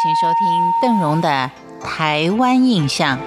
请收听邓荣的台湾印象。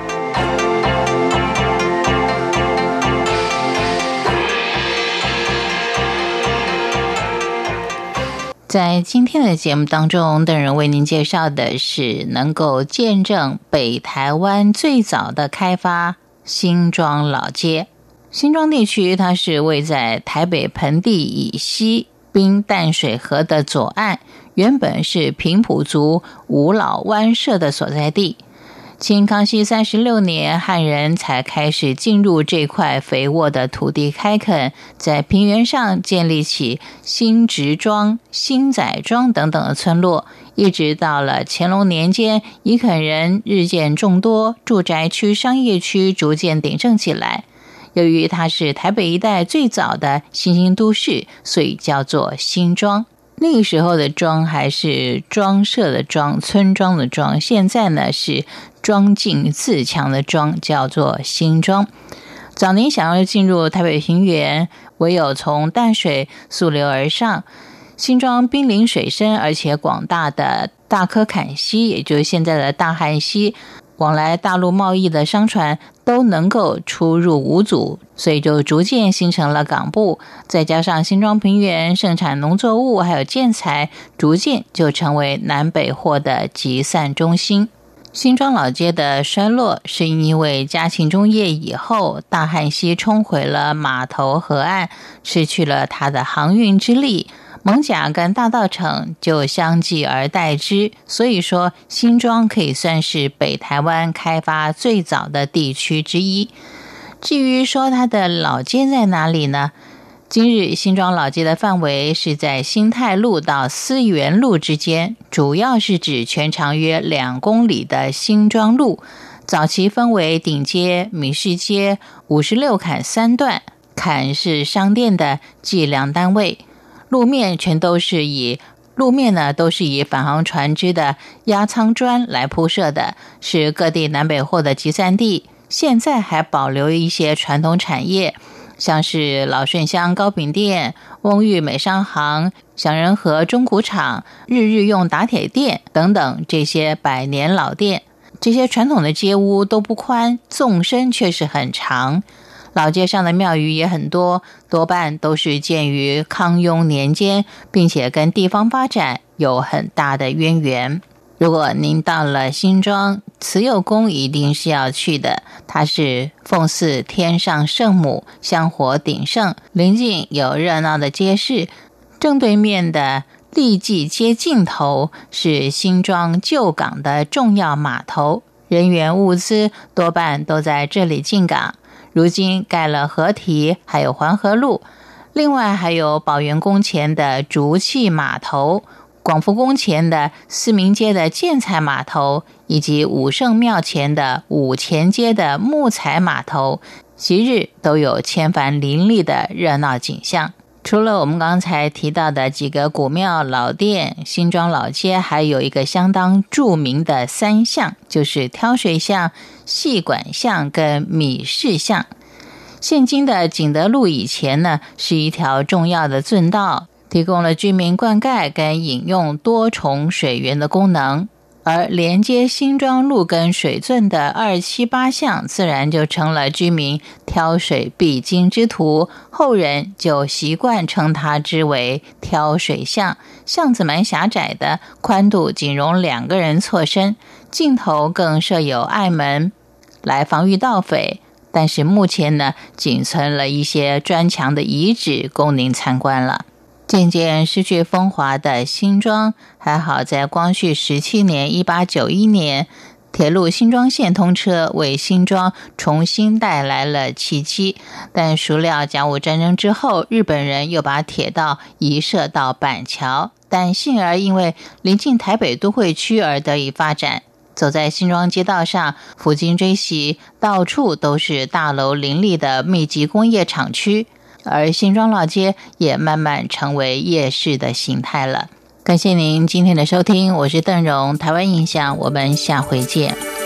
在今天的节目当中，邓荣为您介绍的是能够见证北台湾最早的开发新庄老街。新庄地区它是位在台北盆地以西滨淡水河的左岸，原本是平埔族五老湾社的所在地。清康熙36年，汉人才开始进入这块肥沃的土地开垦，在平原上建立起新直庄、新仔庄等等的村落，一直到了乾隆年间，移垦人日渐众多，住宅区、商业区逐渐鼎盛起来。由于它是台北一带最早的新兴都市，所以叫做新庄。那个时候的庄还是庄社的庄，村庄的庄，现在呢是庄敬自强的庄，叫做新庄。早年想要进入台北平原，唯有从淡水溯流而上。新庄濒临水深，而且广大的大科坎溪，也就是现在的大汉溪，往来大陆贸易的商船都能够出入无阻，所以就逐渐形成了港埠。再加上新庄平原盛产农作物还有建材，逐渐就成为南北货的集散中心。新庄老街的衰落是因为嘉庆中叶以后，大汉溪冲毁了码头河岸，失去了它的航运之力，艋舺跟大稻埕就相继而代之，所以说新庄可以算是北台湾开发最早的地区之一。至于说它的老街在哪里呢？今日新庄老街的范围是在新泰路到思源路之间，主要是指全长约2公里的新庄路。早期分为顶街、米市街、56坎3段，坎是商店的计量单位。路面都是以返航船只的压舱砖来铺设的，是各地南北货的集散地。现在还保留一些传统产业，像是老顺乡糕饼店、翁玉美商行、祥仁和中古厂、日用打铁店等等这些百年老店。这些传统的街屋都不宽，纵深却是很长。老街上的庙宇也很多，多半都是建于康雍年间，并且跟地方发展有很大的渊源。如果您到了新庄，慈幼宫一定是要去的，它是奉祀天上圣母，香火鼎盛，邻近有热闹的街市。正对面的立济街尽头是新庄旧港的重要码头，人员物资多半都在这里进港。如今盖了河堤，还有环河路，另外还有宝元宫前的竹器码头，广福宫前的思明街的建材码头，以及武圣庙前的武前街的木材码头，昔日都有千帆林立的热闹景象。除了我们刚才提到的几个古庙老店，新庄老街还有一个相当著名的3巷，就是挑水巷、细管巷跟米市巷。现今的景德路以前呢，是一条重要的圳道，提供了居民灌溉跟饮用多重水源的功能。而连接新庄路跟水圳的278巷，自然就成了居民挑水必经之途，后人就习惯称它之为挑水巷。巷子蛮狭窄的，宽度仅容2个人错身，尽头更设有隘门来防御盗匪。但是目前呢，仅存了一些砖墙的遗址供您参观了。渐渐失去风华的新庄，还好在光绪17年1891年，铁路新庄线通车，为新庄重新带来了契机。但孰料甲午战争之后，日本人又把铁道移设到板桥，但幸而因为临近台北都会区而得以发展。走在新庄街道上，抚今追昔，到处都是大楼林立的密集工业厂区，而新庄老街也慢慢成为夜市的形态了。感谢您今天的收听，我是邓荣，台湾印象，我们下回见。